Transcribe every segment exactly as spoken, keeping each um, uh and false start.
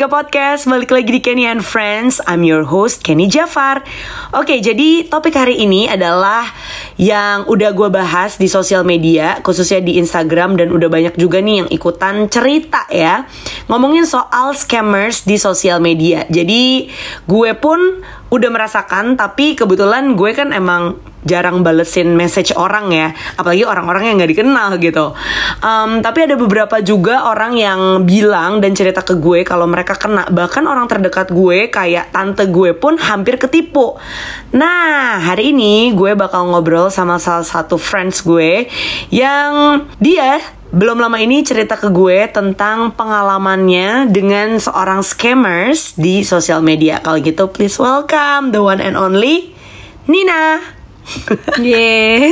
Tiga Podcast, balik lagi di Kenny and Friends. I'm your host, Kenny Jafar. Oke, jadi topik hari ini adalah yang udah gue bahas di sosial media, khususnya di Instagram, dan udah banyak juga nih yang ikutan cerita ya, ngomongin soal scammers di sosial media. Jadi gue pun udah merasakan, tapi kebetulan gue kan emang jarang balesin message orang ya, apalagi orang-orang yang gak dikenal gitu. um, Tapi ada beberapa juga orang yang bilang dan cerita ke gue kalau mereka kena. Bahkan orang terdekat gue kayak tante gue pun hampir ketipu. Nah, hari ini gue bakal ngobrol sama salah satu friends gue yang dia belum lama ini cerita ke gue tentang pengalamannya dengan seorang scammers di sosial media. Kalau gitu please welcome the one and only Nina. Yeay.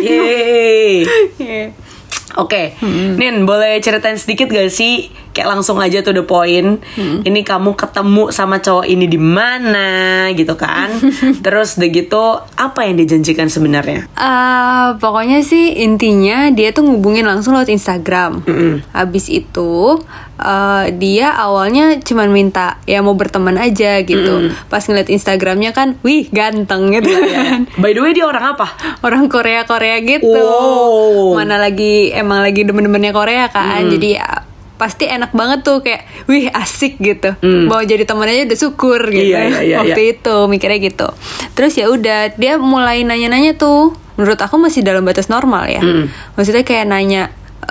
Yeay. Yeah. Oke, okay. hmm. Nin, boleh ceritain sedikit gak sih? Kayak langsung aja to the point. hmm. Ini kamu ketemu sama cowok ini di mana gitu kan? Terus udah gitu, apa yang dijanjikan sebenarnya? Uh, pokoknya sih intinya dia tuh ngubungin langsung lewat Instagram. Mm-mm. Habis itu uh, dia awalnya cuman minta ya mau berteman aja gitu. Mm-mm. Pas ngeliat Instagramnya kan, wih ganteng gitu kan. By the way, dia orang apa? Orang Korea-Korea gitu. Wow. Mana lagi emang lagi demen-demennya Korea kan. Mm. Jadi ya pasti enak banget tuh, kayak wih asik gitu. Mm. Mau jadi teman aja udah syukur gitu. Iya, iya, iya, waktu iya. itu mikirnya gitu. Terus ya udah dia mulai nanya-nanya tuh. Menurut aku masih dalam batas normal ya. Mm. Maksudnya kayak nanya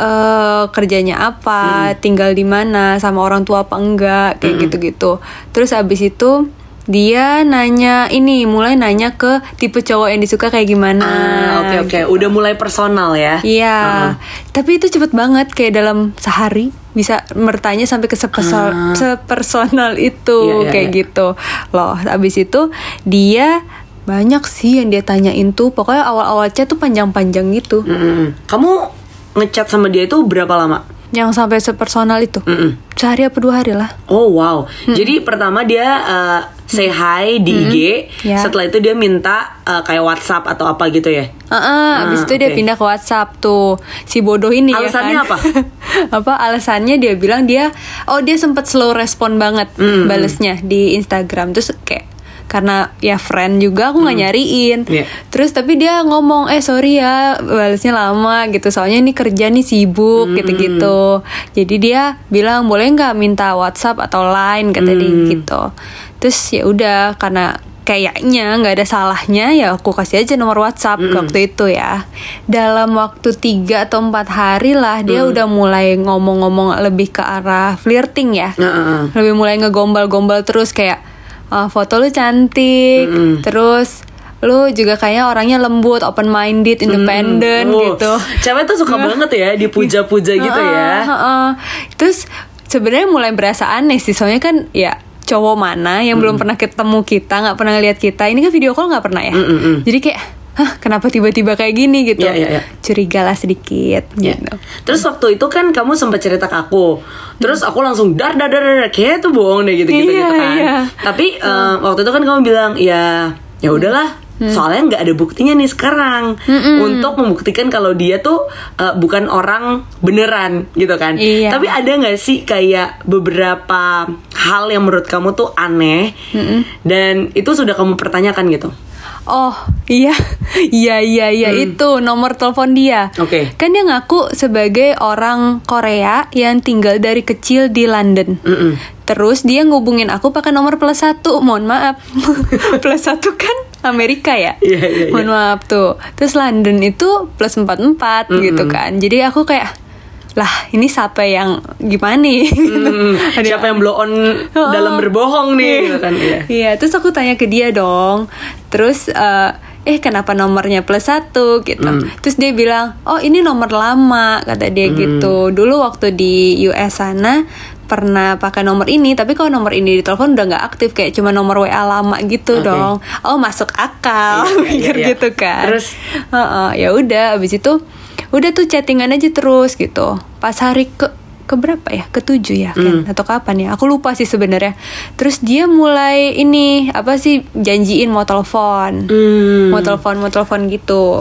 Uh, kerjanya apa, mm. tinggal di mana, sama orang tua apa enggak, kayak mm. gitu-gitu. Terus abis itu dia nanya ini, mulai nanya ke tipe cowok yang disuka kayak gimana. Ah, oke okay, oke, okay. Udah mulai personal ya. Iya. Uh-huh. Tapi itu cepet banget, kayak dalam sehari bisa bertanya sampai ke sepersonal, uh. sepersonal itu, yeah, yeah, kayak yeah. gitu. Loh, abis itu dia banyak sih yang dia tanyain tuh. Pokoknya awal-awal chat tuh panjang-panjang gitu. Mm-hmm. Kamu ngechat sama dia itu berapa lama? Yang sampai sepersonal itu? Mm-mm. Sehari apa dua hari lah. Oh wow. Mm. Jadi pertama dia uh, say hi di mm-hmm. I G. Yeah. Setelah itu dia minta uh, kayak WhatsApp atau apa gitu ya? Uh-uh, ah, abis itu okay. dia pindah ke WhatsApp tuh. Si bodoh ini. Alasannya ya kan? apa? Apa alasannya? Dia bilang dia, oh dia sempet slow respon banget mm-hmm. balesnya di Instagram. Terus kayak karena ya friend juga aku nggak hmm. nyariin. Yeah. Terus tapi dia ngomong eh sorry ya balasnya lama gitu, soalnya ini kerja nih sibuk hmm. gitu-gitu. Jadi dia bilang boleh nggak minta WhatsApp atau Line kata hmm. dia gitu. Terus ya udah, karena kayaknya nggak ada salahnya ya aku kasih aja nomor WhatsApp hmm. waktu itu ya. Dalam waktu tiga atau empat hari lah dia hmm. udah mulai ngomong-ngomong lebih ke arah flirting ya. Uh-uh. Lebih mulai ngegombal-gombal terus kayak Uh, foto lu cantik, mm-hmm. terus lu juga kayaknya orangnya lembut, open minded, independent mm. oh. gitu. Cewek tuh suka banget ya dipuja-puja gitu ya. Uh, uh, uh. Terus sebenarnya mulai berasa aneh sih, soalnya kan ya cowok mana yang mm. belum pernah ketemu kita, nggak pernah lihat kita. Ini kan video call nggak pernah ya. Mm-mm. Jadi kayak hah, kenapa tiba-tiba kayak gini gitu? Yeah, yeah, yeah. Curiga lah sedikit. Yeah. Gitu. Terus waktu itu kan kamu sempat cerita ke aku, terus aku langsung dar dar dar dar, kayak itu bohong deh gitu-gitu yeah, gitu kan. Yeah. Tapi uh, waktu itu kan kamu bilang ya ya udahlah. Hmm. Soalnya nggak ada buktinya nih sekarang Mm-mm. untuk membuktikan kalau dia tuh uh, bukan orang beneran gitu kan. Iya. Tapi ada nggak sih kayak beberapa hal yang menurut kamu tuh aneh Mm-mm. dan itu sudah kamu pertanyakan gitu? Oh iya, iya iya iya hmm. itu nomor telepon dia. Oke. Okay. Kan dia ngaku sebagai orang Korea yang tinggal dari kecil di London. Mm-mm. Terus dia ngubungin aku pakai nomor plus satu. Mohon maaf, plus satu kan Amerika ya. Yeah, yeah, yeah. Mohon maaf tuh. Terus London itu plus empat empat mm-mm. gitu kan. Jadi aku kayak, lah ini siapa yang gimana nih? Hmm, siapa yang blow on oh, dalam berbohong nih gitu kan. Iya. Iya, terus aku tanya ke dia dong. Terus uh, eh kenapa nomornya plus satu gitu. Mm. Terus dia bilang, oh ini nomor lama kata dia mm. gitu. Dulu waktu di U S sana pernah pakai nomor ini, tapi kalau nomor ini di telepon udah nggak aktif, kayak cuma nomor W A lama gitu okay. dong. Oh masuk akal, mikir iya, iya. gitu kan. Terus uh-uh, ya udah, abis itu udah tuh chattingan aja terus gitu. Pas hari ke keberapa ya, ketujuh ya kan, mm. atau kapan ya, aku lupa sih sebenarnya. Terus dia mulai ini apa sih janjiin mau telepon, mm. mau telepon mau telepon gitu.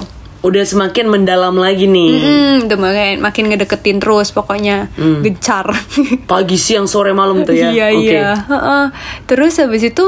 udah semakin mendalam lagi nih. Mm-mm, udah makin, makin ngedeketin terus pokoknya. mm. Gencar. Pagi, siang, sore, malam tuh ya. Iya okay. iya uh-uh. Terus habis itu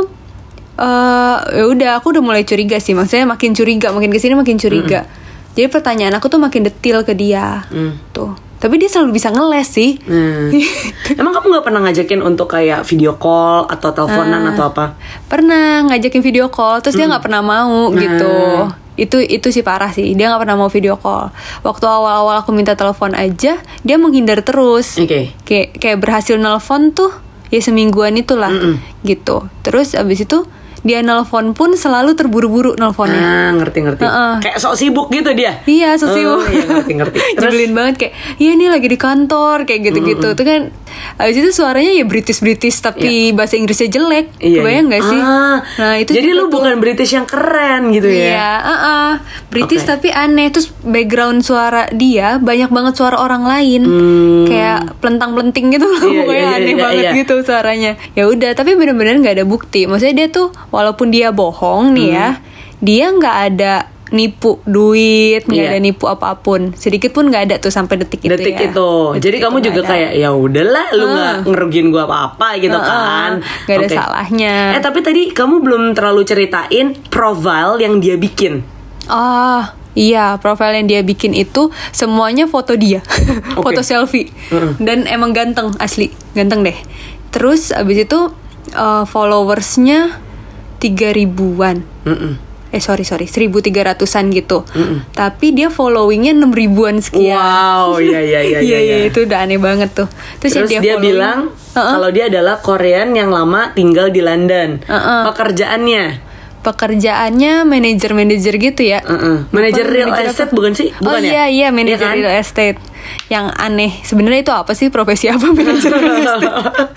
uh, ya udah aku udah mulai curiga sih. Maksudnya makin curiga, makin kesini makin curiga. mm. Jadi pertanyaan aku tuh makin detail ke dia. mm. Tuh. Tapi dia selalu bisa ngeles sih. Hmm. Emang kamu gak pernah ngajakin untuk kayak video call atau teleponan ah, atau apa? Pernah ngajakin video call, terus hmm. dia gak pernah mau nah. gitu. Itu itu sih parah sih. Dia gak pernah mau video call. Waktu awal-awal aku minta telepon aja, dia menghindar terus. Okay. Kayak kayak berhasil nelpon tuh ya semingguan itulah. Mm-mm. Gitu. Terus abis itu dia nelpon pun selalu terburu-buru nelponnya. Ah, ngerti-ngerti. Uh-uh. Kayak sok sibuk gitu dia. Iya, sok sibuk. Oh, iya, ngerti-ngerti. Nyebelin banget kayak, iya nih lagi di kantor kayak gitu-gitu. Itu kan abis itu suaranya ya British-British tapi yeah. bahasa Inggrisnya jelek. Iya, kebayang enggak iya. sih? Ah, nah, itu jadi lu tuh, bukan British yang keren gitu ya. Iya, uh-uh. British okay. tapi aneh. Terus background suara dia banyak banget suara orang lain. Hmm. Kayak pelentang-pelenting gitu loh. Iya, pokoknya iya, aneh iya, banget iya. gitu suaranya. Ya udah, tapi benar-benar enggak ada bukti. Maksudnya dia tuh walaupun dia bohong nih hmm. ya, dia nggak ada nipu duit, nggak yeah. ada nipu apapun, sedikit pun nggak ada tuh sampai detik, detik itu. Detik ya. itu. Detik Jadi itu kamu juga ada. Kayak ya udahlah, lu nggak uh. ngerugiin gua apa-apa gitu uh, kan? Nggak ada okay. salahnya. Eh tapi tadi kamu belum terlalu ceritain profile yang dia bikin. Oh. Iya, profile yang dia bikin itu semuanya foto dia, okay. foto selfie, uh-uh. dan emang ganteng asli, ganteng deh. Terus abis itu uh, followersnya tiga ribuan. Mm-mm. Eh sorry sorry seribu tiga ratusan gitu. Mm-mm. Tapi dia followingnya enam ribuan sekian. Wow, iya iya iya iya iya itu udah aneh banget tuh. Terus, Terus dia, dia bilang uh-uh. kalau dia adalah Korean yang lama tinggal di London. Uh-uh. Pekerjaannya Pekerjaannya manajer-manajer gitu ya. Uh-uh. Manajer real manager estate apa? Bukan sih? Bukan oh iya ya? iya manajer ya kan? Real estate. Yang aneh sebenarnya itu apa sih, profesi apa manajer real estate?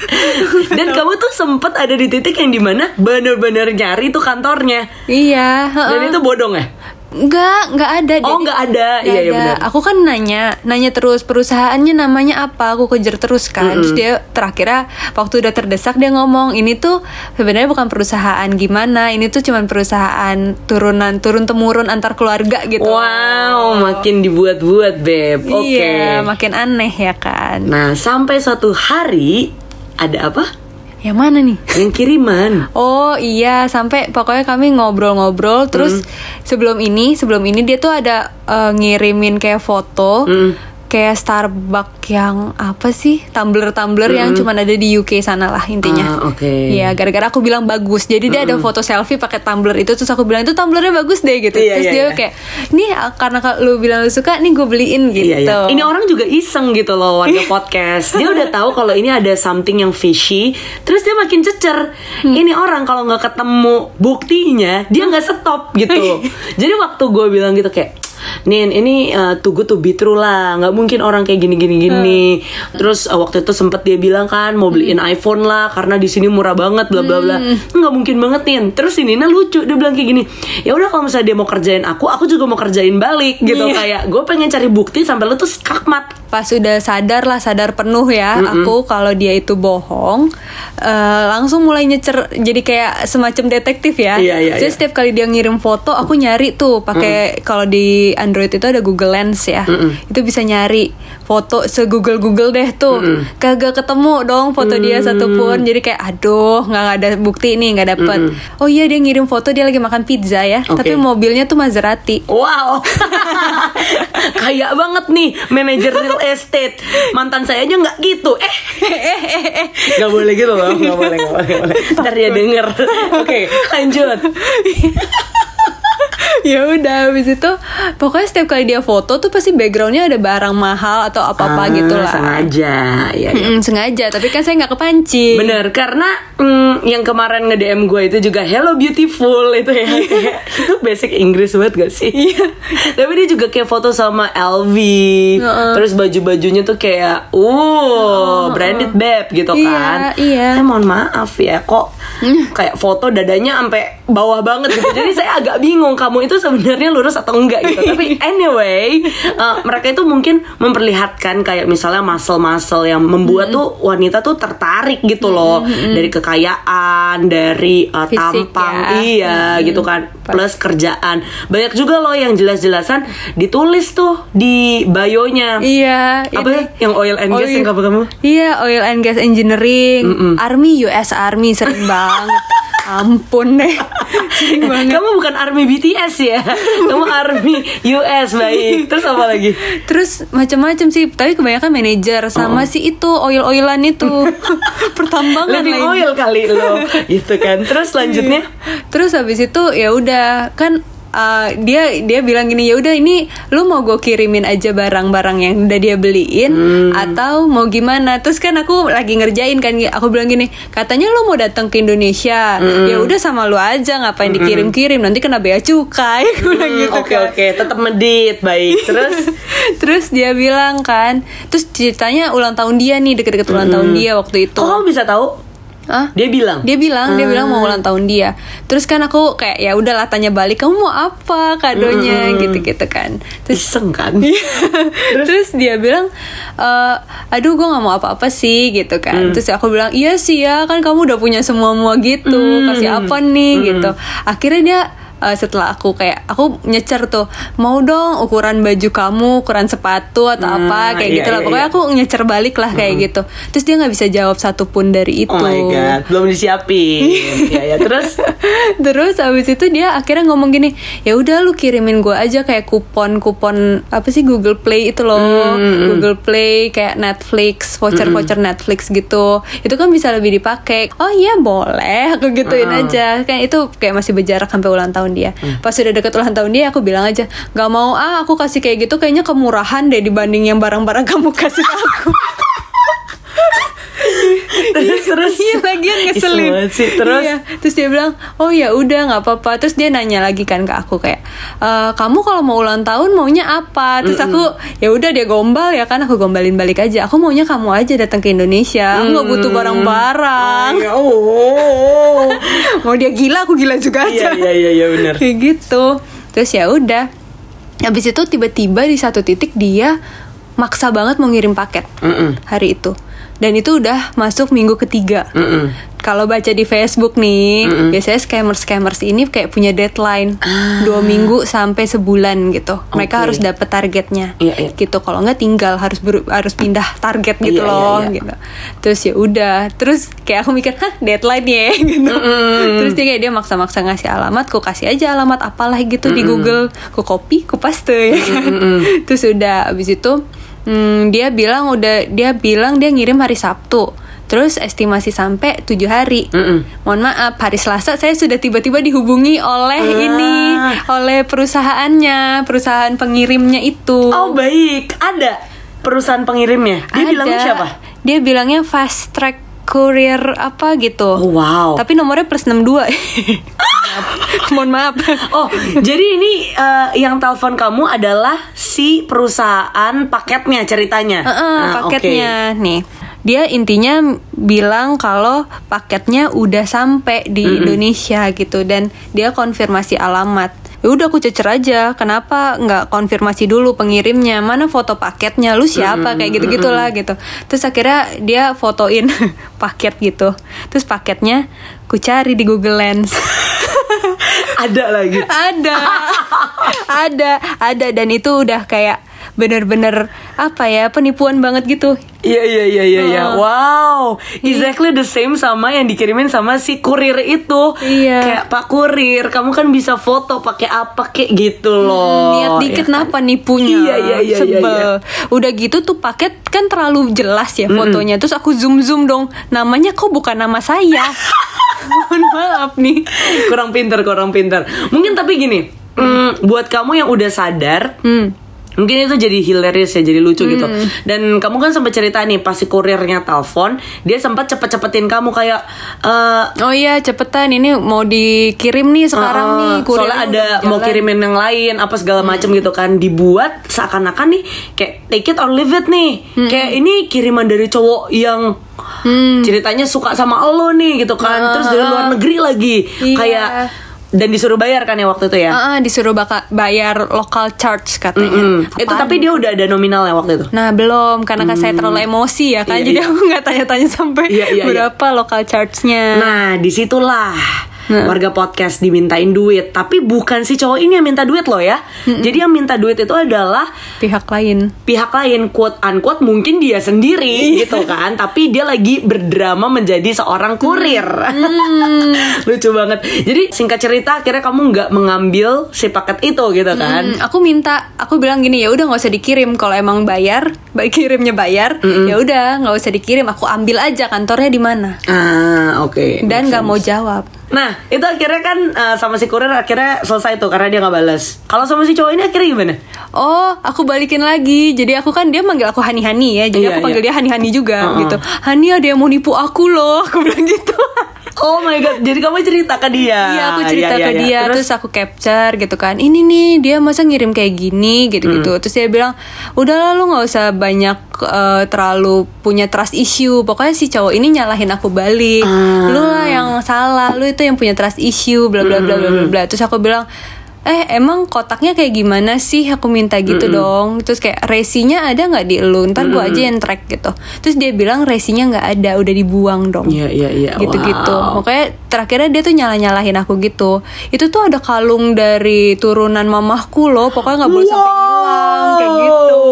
Dan kamu tuh sempet ada di titik yang dimana benar-benar nyari tuh kantornya. Iya. Uh-uh. Dan itu bodong ya? Enggak, enggak ada. Oh, enggak ada. Enggak iya, iya benar. Aku kan nanya, nanya terus perusahaannya namanya apa, aku kejar terus kan. Mm-hmm. Terus dia terakhirnya waktu udah terdesak dia ngomong, ini tuh sebenarnya bukan perusahaan gimana, ini tuh cuman perusahaan turunan turun temurun antar keluarga gitu. Wow, makin dibuat-buat, Beb. Oke. Okay. Iya, makin aneh ya kan. Nah, sampai suatu hari ada apa? Yang mana nih? Yang kiriman. Oh iya, sampai pokoknya kami ngobrol-ngobrol. Terus mm. sebelum ini, sebelum ini dia tuh ada uh, ngirimin kayak foto mm. kayak Starbucks yang apa sih, tumbler-tumbler mm-hmm. yang cuman ada di U K sana lah intinya. Ah, oke. Okay. Iya, gara-gara aku bilang bagus, jadi mm-hmm. dia ada foto selfie pakai tumbler itu, terus aku bilang itu tumblernya bagus deh gitu. Iya, terus iya, dia iya. kayak, nih karena lu bilang lu suka, nih gue beliin gitu. Iya, iya. Ini orang juga iseng gitu loh warga podcast. Dia udah tahu kalau ini ada something yang fishy, terus dia makin cecer. Hmm. Ini orang kalau nggak ketemu buktinya, dia nggak stop gitu. Jadi waktu gue bilang gitu kayak, Nin, ini uh, too good to be true lah, nggak mungkin orang kayak gini gini gini. Hmm. Terus uh, waktu itu sempet dia bilang kan mau beliin hmm. iPhone lah karena di sini murah banget, bla bla bla. Hmm. Nggak mungkin banget Nin. Terus si Nina lucu, dia bilang kayak gini, ya udah kalau misalnya dia mau kerjain aku, aku juga mau kerjain balik gitu. Yeah. Kayak gue pengen cari bukti sampai lu tuh skakmat. Pas udah sadar lah, sadar penuh ya, mm-hmm. aku kalau dia itu bohong, uh, langsung mulai nyecer, jadi kayak semacam detektif ya. Iya, iya, jadi iya. setiap kali dia ngirim foto, aku nyari tuh pakai mm-hmm. kalau di Android itu ada Google Lens ya, mm-hmm. itu bisa nyari foto se Google Google deh tuh, mm-hmm. kagak ketemu dong foto mm-hmm. dia satupun. Jadi kayak aduh, nggak ada bukti nih, nggak dapet. Mm-hmm. Oh iya, dia ngirim foto dia lagi makan pizza ya, okay. tapi mobilnya tuh Maserati. Wow, kayak banget nih manajer real estate. Mantan saya aja nggak gitu. Eh, eh, eh, eh, nggak boleh gitu loh, nggak boleh, nggak boleh, nggak boleh. Ntar dia denger. Oke, okay, lanjut. Ya udah, habis itu pokoknya setiap kali dia foto tuh pasti backgroundnya ada barang mahal atau apa-apa ah, gitu lah. Sengaja, ya, ya. Mm-mm, sengaja. Tapi kan saya nggak kepancing. Bener, karena mm, yang kemarin nge-D M gue itu juga hello beautiful itu ya. Itu basic Inggris banget gak sih? Iya. Tapi dia juga kayak foto sama L V, uh-uh. terus baju-bajunya tuh kayak, uh, uh-uh. branded babe gitu kan. Iya, iya. Eh, mohon maaf ya, kok kayak foto dadanya sampai bawah banget gitu. Jadi saya agak bingung kamu itu sebenarnya lurus atau enggak gitu. Tapi anyway, uh, mereka itu mungkin memperlihatkan kayak misalnya muscle-muscle yang membuat mm-hmm. tuh wanita tuh tertarik gitu loh, mm-hmm. dari kekayaan, dari uh, Fisik, tampang, ya. iya mm-hmm. gitu kan, plus kerjaan. Banyak juga loh yang jelas-jelasan ditulis tuh di bio-nya. Iya. Apa ini, yang oil and gas yang kamu kamu? Iya, oil and gas engineering, mm-mm. Army, U S Army sering banget. Ampun deh. Sering banget. Kamu bukan Army B T S ya? Kamu Army U S, baik. Terus apa lagi? Terus macam-macam sih, tapi kebanyakan manajer sama oh. si itu oil-oilan itu. Pertambangan living lain. Oil kali lo. Gitu kan. Terus selanjutnya? Terus habis itu ya udah kan Uh, dia dia bilang gini, ya udah ini lu mau gue kirimin aja barang-barang yang udah dia beliin hmm. atau mau gimana. Terus kan aku lagi ngerjain kan, aku bilang gini, katanya lu mau datang ke Indonesia, hmm. ya udah sama lu aja, ngapain hmm. dikirim-kirim, nanti kena bea cukai. hmm, gitu oke kan. Oke tetap medit, baik. Terus terus dia bilang kan, terus ceritanya ulang tahun dia nih, deket-deket ulang hmm. tahun dia waktu itu. Kok kamu bisa tahu? Hah? Dia bilang, dia bilang, hmm. dia bilang mau ulang tahun dia. Terus kan aku kayak ya udahlah tanya balik, kamu mau apa kadonya, hmm. gitu-gitu kan. Terus iseng kan. Terus? Terus dia bilang, e, aduh gue nggak mau apa-apa sih, gitu kan. Hmm. Terus aku bilang, iya sih ya, kan kamu udah punya semua-mua gitu, hmm. kasih apa nih, hmm. gitu. Akhirnya dia Uh, setelah aku kayak aku nyecer tuh, mau dong ukuran baju kamu, ukuran sepatu atau hmm, apa kayak iya, gitu lah. Iya, Pokoknya iya. aku nyecer balik lah kayak hmm. gitu. Terus dia nggak bisa jawab satupun dari itu. Oh my god, belum disiapin. ya ya terus terus abis itu dia akhirnya ngomong gini, ya udah lu kirimin gue aja kayak kupon-kupon apa sih, Google Play itu loh, hmm. Google Play kayak Netflix, voucher-voucher hmm. Netflix gitu. Itu kan bisa lebih dipakai. Oh iya boleh, aku gituin hmm. aja. Kan itu kayak masih berjarak sampai ulang tahun dia. Hmm. Pas udah deket ulang tahun dia, aku bilang aja, nggak mau ah, aku kasih kayak gitu kayaknya kemurahan deh dibanding yang barang-barang kamu kasih ke aku. terus terus iya lagian ngeselin sih. Terus iya. Terus dia bilang, oh ya udah nggak apa-apa. Terus dia nanya lagi kan ke aku kayak, e, kamu kalau mau ulang tahun maunya apa? Terus Mm-mm. aku ya udah, dia gombal ya kan, aku gombalin balik aja. Aku maunya kamu aja datang ke Indonesia. Aku nggak mm. butuh barang-barang. oh, oh. Mau dia gila, aku gila juga aja. Iya iya iya benar. Kayak gitu. Terus ya udah. Habis itu tiba-tiba di satu titik dia maksa banget mau ngirim paket Mm-mm. hari itu. Dan itu udah masuk minggu ketiga. Kalau baca di Facebook nih, Mm-mm. biasanya scammers-scammers ini kayak punya deadline ah. dua minggu sampai sebulan gitu. Mereka okay. harus dapet targetnya, yeah, yeah. gitu. Kalau nggak tinggal harus ber- harus pindah target gitu yeah, loh, yeah, yeah. gitu. Terus ya udah, terus kayak aku mikir, hah deadline ya, gitu. Mm-mm. Terus dia kayak dia maksa-maksa ngasih alamat, ku kasih aja alamat apalah gitu Mm-mm. di Google, ku copy, ku paste ya kan. Terus udah, abis itu Hmm, dia bilang udah dia bilang dia ngirim hari Sabtu. Terus estimasi sampai tujuh hari. Mm-mm. Mohon maaf, hari Selasa saya sudah tiba-tiba dihubungi oleh ah. ini, oleh perusahaannya, perusahaan pengirimnya itu. Oh baik, ada perusahaan pengirimnya. Dia ada. bilangnya siapa? Dia bilangnya Fast Track Courier apa gitu. Oh, wow. Tapi nomornya plus enam dua. Mohon maaf. Oh, jadi ini uh, yang telepon kamu adalah si perusahaan paketnya ceritanya. Uh-uh, nah, paketnya okay. nih. Dia intinya bilang kalau paketnya udah sampai di mm-hmm. Indonesia gitu, dan dia konfirmasi alamat. Ya udah aku cecer aja, kenapa nggak konfirmasi dulu pengirimnya, mana foto paketnya, lu siapa, kayak gitu gitulah gitu. Terus akhirnya dia fotoin paket gitu, terus paketnya ku cari di Google Lens. Ada lagi. Ada, ada, ada, dan itu udah kayak bener-bener apa ya, penipuan banget gitu. Iya iya iya iya iya. Uh. Wow, exactly the same sama yang dikirimin sama si kurir itu. Iya. Kayak Pak Kurir, kamu kan bisa foto pakai apa kayak gitu loh. Hmm, niat dikit ya. Kenapa nipunya? Iya iya iya. Sebel. Iya, iya. Udah gitu tuh paket kan terlalu jelas ya fotonya. Mm-mm. Terus aku zoom zoom dong, namanya kok bukan nama saya. Mohon maaf nih. Kurang pintar kurang pintar. Mungkin tapi gini, mm, buat kamu yang udah sadar. Hmm. Mungkin itu jadi hilarious ya, jadi lucu hmm. gitu. Dan kamu kan sempat cerita nih, pas si kurirnya telepon, dia sempat cepet-cepetin kamu kayak uh, oh iya cepetan, ini mau dikirim nih sekarang uh, nih. Soalnya ada mau kirimin yang lain apa segala macam hmm. gitu kan. Dibuat seakan-akan nih kayak take it or leave it nih. hmm. Kayak ini kiriman dari cowok yang hmm. ceritanya suka sama lo nih gitu kan, uh, terus dari luar negeri lagi, iya. kayak dan disuruh bayar kan ya waktu itu ya? Uh, uh, disuruh baka- bayar local charge katanya. Mm-hmm. Itu tapi dia udah ada nominalnya waktu itu? Nah belum, karena kan mm. saya terlalu emosi ya kan, iya, jadi iya. aku nggak tanya-tanya sampai iya, iya, berapa iya. local charge-nya. Nah disitulah Nah. warga podcast dimintain duit, tapi bukan si cowok ini yang minta duit loh ya. Mm-mm. Jadi yang minta duit itu adalah pihak lain. Pihak lain, quote unquote mungkin dia sendiri gitu kan, tapi dia lagi berdrama menjadi seorang kurir. Mm. Lucu banget. Jadi singkat cerita akhirnya kamu nggak mengambil si paket itu gitu kan? Mm, aku minta, aku bilang gini, ya udah nggak usah dikirim kalau emang bayar, baik kirimnya bayar, ya udah nggak usah dikirim, aku ambil aja kantornya di mana. Ah oke. Okay. Dan nggak mau jawab. Nah itu akhirnya kan uh, sama si kurir akhirnya selesai tuh karena dia gak balas. Kalau sama si cowok ini akhirnya gimana? Oh aku balikin lagi. Jadi aku kan, dia manggil aku Hani-Hani ya, jadi iya, aku panggil iya. dia Hani-Hani juga uh-uh. gitu. Hani ada yang mau nipu aku loh, aku bilang gitu. Oh my god, jadi kamu cerita ke dia? Iya aku cerita ya, ya, ke ya. dia. Terus? Terus aku capture gitu kan, ini nih dia masa ngirim kayak gini gitu-gitu. hmm. Terus dia bilang, udahlah lu gak usah banyak uh, terlalu punya trust issue. Pokoknya si cowok ini nyalahin aku balik. ah. Lu lah yang salah, lu itu yang punya trust issue, bla bla bla bla bla. Terus aku bilang, eh emang kotaknya kayak gimana sih, aku minta gitu mm-hmm. dong. Terus kayak resinya ada gak di lu, ntar mm-hmm. gue aja yang track gitu. Terus dia bilang resinya gak ada, udah dibuang dong. Iya iya iya. Gitu-gitu. Wow. Makanya terakhirnya dia tuh nyala-nyalahin aku gitu. Itu tuh ada kalung dari turunan mamahku loh, pokoknya gak boleh wow. sampai hilang. Kayak gitu.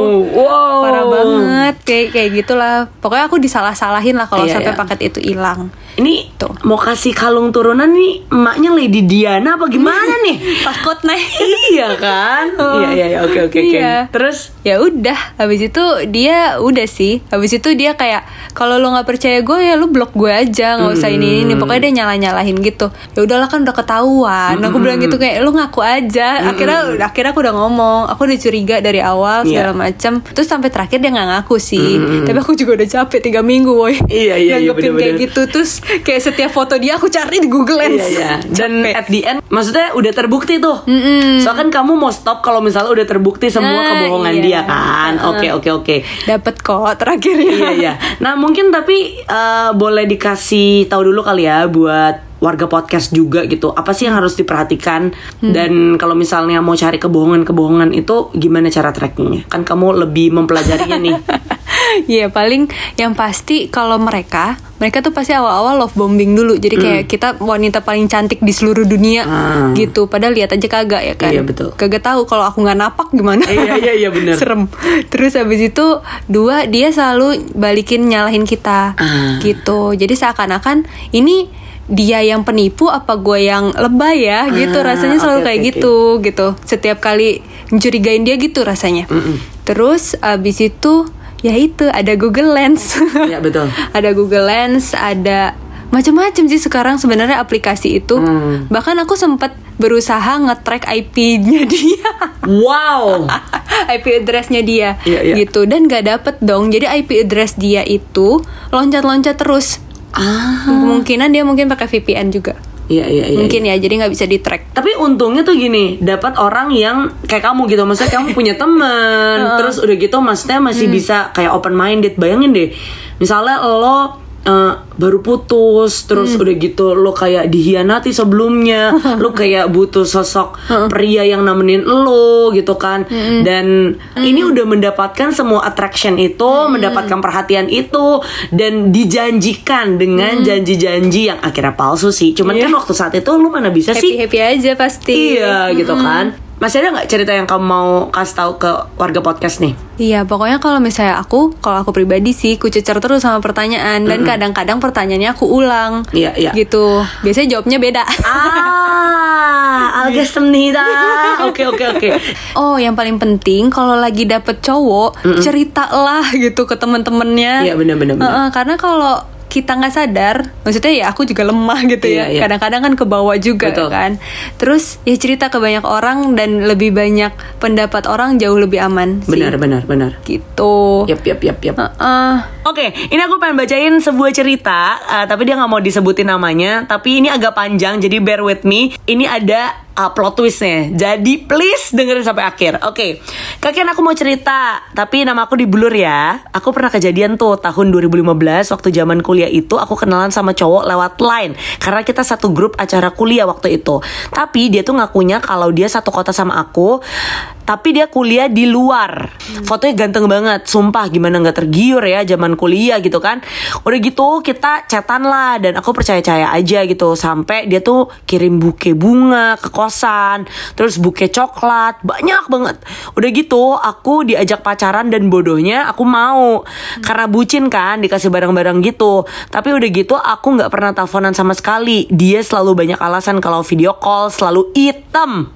Wow. Parah banget. Kayak kayak gitulah. Pokoknya aku disalah-salahin lah kalau iya, sampai iya. paket itu hilang. Ini tuh mau kasih kalung turunan nih emaknya Lady Diana apa gimana nih? Takut nih. Iya kan? Oh. Iya iya iya oke oke oke. Terus ya udah, habis itu dia udah sih. Habis itu dia kayak, kalau lo nggak percaya gue ya lo blok gue aja, nggak usah hmm. ini ini. Pokoknya dia nyala-nyalahin gitu. Ya udahlah kan udah ketahuan. Hmm. Aku bilang gitu kayak lo ngaku aja. Hmm. Akhirnya akhirnya aku udah ngomong, aku udah curiga dari awal segala yeah. macam. Terus sampai terakhir dia nggak ngaku sih. Hmm. Tapi aku juga udah capek tiga minggu woy. Iya iya iya bener-bener kayak gitu. Terus kayak setiap foto dia aku cari di Google Lens. Iya, iya. Dan at the end maksudnya udah terbukti tuh. Mm-mm. Soalnya kan kamu mau stop kalau misalnya udah terbukti semua nah, kebohongan iya. dia kan. Oke oke oke. Dapat kok terakhirnya. Iya iya. Nah mungkin tapi uh, boleh dikasih tahu dulu kali ya buat warga podcast juga gitu, apa sih yang harus diperhatikan. hmm. Dan kalau misalnya mau cari kebohongan-kebohongan itu gimana cara trackingnya? Kan kamu lebih mempelajarinya nih. Iya paling yang pasti kalau mereka mereka tuh pasti awal-awal love bombing dulu. Jadi kayak hmm. kita wanita paling cantik di seluruh dunia ah. gitu. Padahal lihat aja kagak ya kan. Iya betul. Kagak tahu kalau aku nggak napak gimana. Iya iya iya benar. Serem. Terus habis itu dua, dia selalu balikin nyalahin kita ah. gitu. Jadi seakan-akan ini dia yang penipu apa gue yang lebay ya gitu. ah, rasanya selalu okay, kayak okay, gitu okay. gitu. Setiap kali mencurigain dia gitu rasanya. Mm-mm. Terus abis itu ya itu ada Google Lens. Ya betul. Ada Google Lens, ada macam-macam sih sekarang sebenarnya aplikasi itu. Hmm. Bahkan aku sempat berusaha nge-track I P-nya dia. Wow. I P address-nya dia yeah, yeah. gitu, dan gak dapet dong. Jadi I P address dia itu loncat-loncat terus. Ah. Kemungkinan dia mungkin pakai V P N juga. Iya iya iya. Mungkin ya, jadi nggak bisa di track. Tapi untungnya tuh gini, dapat orang yang kayak kamu gitu. Maksudnya kamu punya teman, uh. terus udah gitu maksudnya masih hmm. bisa kayak open minded. Bayangin deh, misalnya lo uh, baru putus, terus hmm. udah gitu lo kayak dihianati sebelumnya, lo kayak butuh sosok uh. pria yang nemenin lo gitu kan. Hmm. Dan hmm. ini udah mendapatkan semua attraction itu, hmm. mendapatkan perhatian itu, dan dijanjikan dengan hmm. janji-janji yang akhirnya palsu sih. Cuman yeah. kan waktu saat itu lo mana bisa happy, sih happy aja pasti. Iya gitu hmm. kan. Masih ada nggak cerita yang kamu mau kasih tahu ke warga podcast nih? Iya, pokoknya kalau misalnya aku, kalau aku pribadi sih, ku cecer terus sama pertanyaan. Dan mm-hmm. kadang-kadang pertanyaannya aku ulang. Iya, iya. Gitu. Biasanya jawabnya beda. Ah, algestemnida. Oke, oke, oke. Oh, yang paling penting kalau lagi dapet cowok, mm-hmm. ceritalah gitu ke temen-temennya. Iya, benar-benar. Uh-uh, karena kalau kita nggak sadar, maksudnya ya aku juga lemah gitu ya. Iya, iya. Kadang-kadang kan kebawa juga. Betul. Kan. Terus ya cerita ke banyak orang dan lebih banyak pendapat orang jauh lebih aman. Benar, sih. benar, benar. Gitu. Yap, yap, yap, yap. Uh-uh. Oke, ini aku pengen bacain sebuah cerita, uh, tapi dia nggak mau disebutin namanya. Tapi ini agak panjang, jadi bear with me. Ini ada uh, plot twistnya. Jadi please dengerin sampai akhir. Oke, kakek aku mau cerita, tapi nama aku diblur ya. Aku pernah kejadian tuh tahun dua ribu lima belas waktu zaman kuliah itu aku kenalan sama cowok lewat line karena kita satu grup acara kuliah waktu itu. Tapi dia tuh ngakunya kalau dia satu kota sama aku, tapi dia kuliah di luar. Fotonya ganteng banget, sumpah gimana nggak tergiur ya zaman kuliah gitu kan. Udah gitu kita chatan lah dan aku percaya-percaya aja gitu. Sampai dia tuh kirim buke bunga ke kosan, terus buke coklat, banyak banget. Udah gitu aku diajak pacaran dan bodohnya aku mau. hmm. Karena bucin kan, dikasih barang-barang gitu. Tapi udah gitu aku gak pernah teleponan sama sekali. Dia selalu banyak alasan kalau video call, selalu item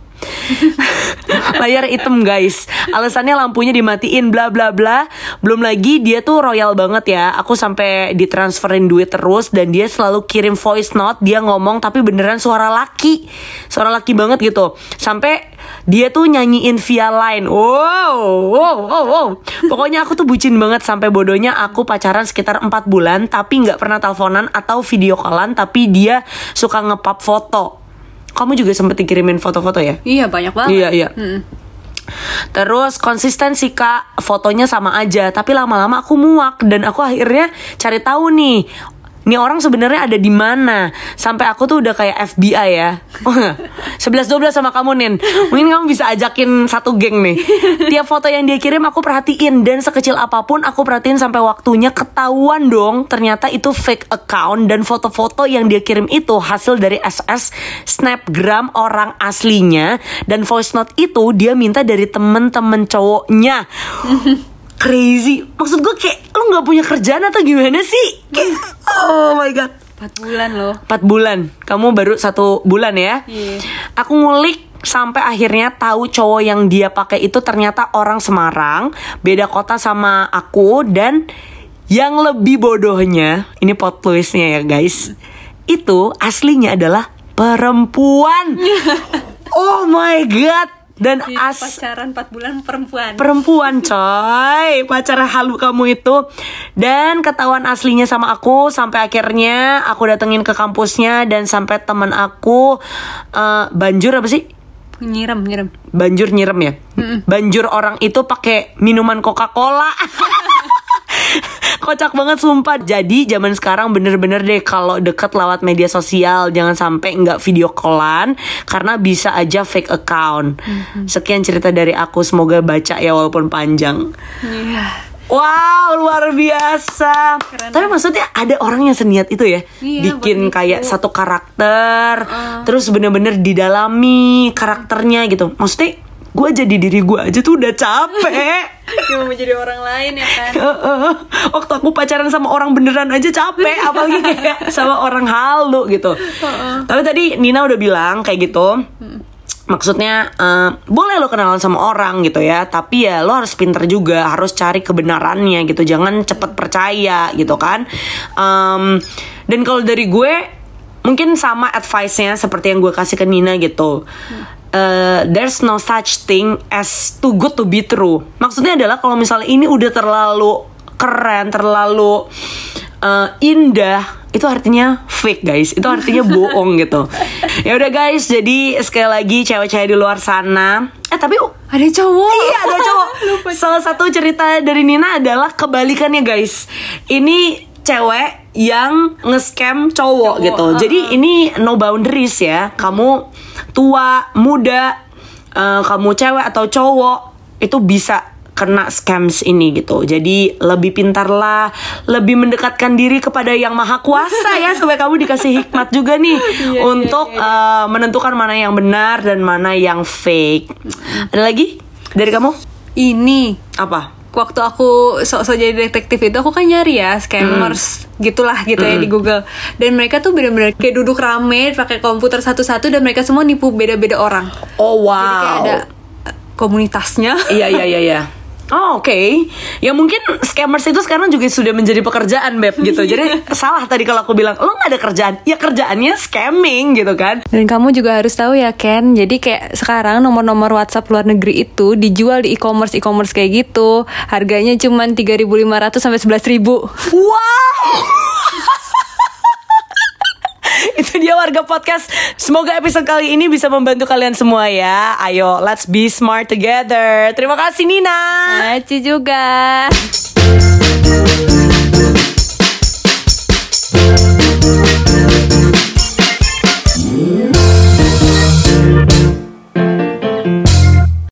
layar hitam guys, alasannya lampunya dimatiin bla bla bla. Belum lagi dia tuh royal banget ya. Aku sampai ditransferin duit terus dan dia selalu kirim voice note. Dia ngomong tapi beneran suara laki, suara laki banget gitu. Sampai dia tuh nyanyiin via line. Wow, wow, wow, wow. Pokoknya aku tuh bucin banget. Sampai bodohnya aku pacaran sekitar empat bulan tapi gak pernah teleponan atau video callan. Tapi dia suka nge-pop foto. Kamu juga sempet dikirimin foto-foto ya? Iya, banyak banget. Iya, iya. Hmm. Terus konsisten sih kak, fotonya sama aja. Tapi lama-lama aku muak dan aku akhirnya cari tahu nih, ini orang sebenarnya ada di mana. Sampai aku tuh udah kayak F B I ya. sebelas dua belas sama kamu Nin. Mungkin kamu bisa ajakin satu geng nih. Tiap foto yang dia kirim aku perhatiin. Dan sekecil apapun aku perhatiin sampai waktunya ketahuan dong. Ternyata itu fake account. Dan foto-foto yang dia kirim itu hasil dari S S Snapgram orang aslinya. Dan voice note itu dia minta dari temen-temen cowoknya. Crazy. Maksud gue kayak lu gak punya kerjaan atau gimana sih? Kayak, oh my god. empat bulan loh. empat bulan. Kamu baru satu bulan ya? Iya. Aku ngulik sampai akhirnya tahu cowok yang dia pakai itu ternyata orang Semarang, beda kota sama aku. Dan yang lebih bodohnya, ini plot twistnya ya guys, itu aslinya adalah perempuan. Oh my god. Dan Jadi as pacaran empat bulan perempuan. Perempuan coy, pacar halu kamu itu. Dan ketahuan aslinya sama aku. Sampai akhirnya aku datengin ke kampusnya. Dan sampai teman aku uh, Banjur apa sih? Nyiram, nyiram. Banjur nyirem ya. Mm-mm. Banjur orang itu pakai minuman Coca-Cola. Kocak banget sumpah. Jadi zaman sekarang bener-bener deh kalau deket lewat media sosial jangan sampai nggak video callan karena bisa aja fake account. Mm-hmm. Sekian cerita dari aku, semoga baca ya walaupun panjang. Yeah. Wow, luar biasa. Keren. Tapi maksudnya ada orang yang seniat itu ya, iya, bikin kayak itu. satu karakter, uh. terus terus bener-bener didalami karakternya gitu. Maksudnya gue jadi diri gue aja tuh udah capek. Cuma menjadi orang lain ya kan. Waktu aku pacaran sama orang beneran aja capek, apalagi kayak sama orang halu gitu. uh-uh. Tapi tadi Nina udah bilang kayak gitu. hmm. Maksudnya uh, boleh lo kenalan sama orang gitu ya, tapi ya lo harus pinter juga, harus cari kebenarannya gitu, jangan cepet percaya gitu kan. um, Dan kalau dari gue mungkin sama advice-nya seperti yang gue kasih ke Nina gitu. Uh, there's no such thing as too good to be true. Maksudnya adalah kalau misalnya ini udah terlalu keren, terlalu uh, indah, itu artinya fake guys, itu artinya bohong gitu. Ya udah guys, jadi sekali lagi cewek-cewek di luar sana, eh tapi ada cowok. Iya ada cowok. Salah satu cerita dari Nina adalah kebalikannya guys. Ini cewek yang nge-scam cowok, cowok gitu. Uh-uh. Jadi ini no boundaries ya. Kamu tua, muda, uh, kamu cewek atau cowok, itu bisa kena scams ini gitu. Jadi lebih pintar lah, lebih mendekatkan diri kepada yang maha kuasa ya, supaya kamu dikasih hikmat juga nih yeah, untuk yeah, yeah. Uh, menentukan mana yang benar dan mana yang fake. Ada lagi dari kamu? Ini apa? Waktu aku sok-sok jadi detektif itu aku kan nyari ya scammers mm. gitulah gitu mm. ya di Google. Dan mereka tuh benar-benar kayak duduk rame pakai komputer satu-satu dan mereka semua nipu beda-beda orang. Oh wow. Jadi kayak ada komunitasnya. Iya iya iya iya. Oh, oke. Okay. Ya mungkin scammers itu sekarang juga sudah menjadi pekerjaan, Beb, gitu. Jadi salah tadi kalau aku bilang lo nggak ada kerjaan. Ya kerjaannya scamming gitu kan. Dan kamu juga harus tahu ya, Ken. Jadi kayak sekarang nomor-nomor WhatsApp luar negeri itu dijual di e-commerce e-commerce kayak gitu. Harganya cuma tiga ribu lima ratus sampai sebelas ribu. Wow. Itu dia warga podcast. Semoga episode kali ini bisa membantu kalian semua ya. Ayo, let's be smart together. Terima kasih Nina. Aci juga.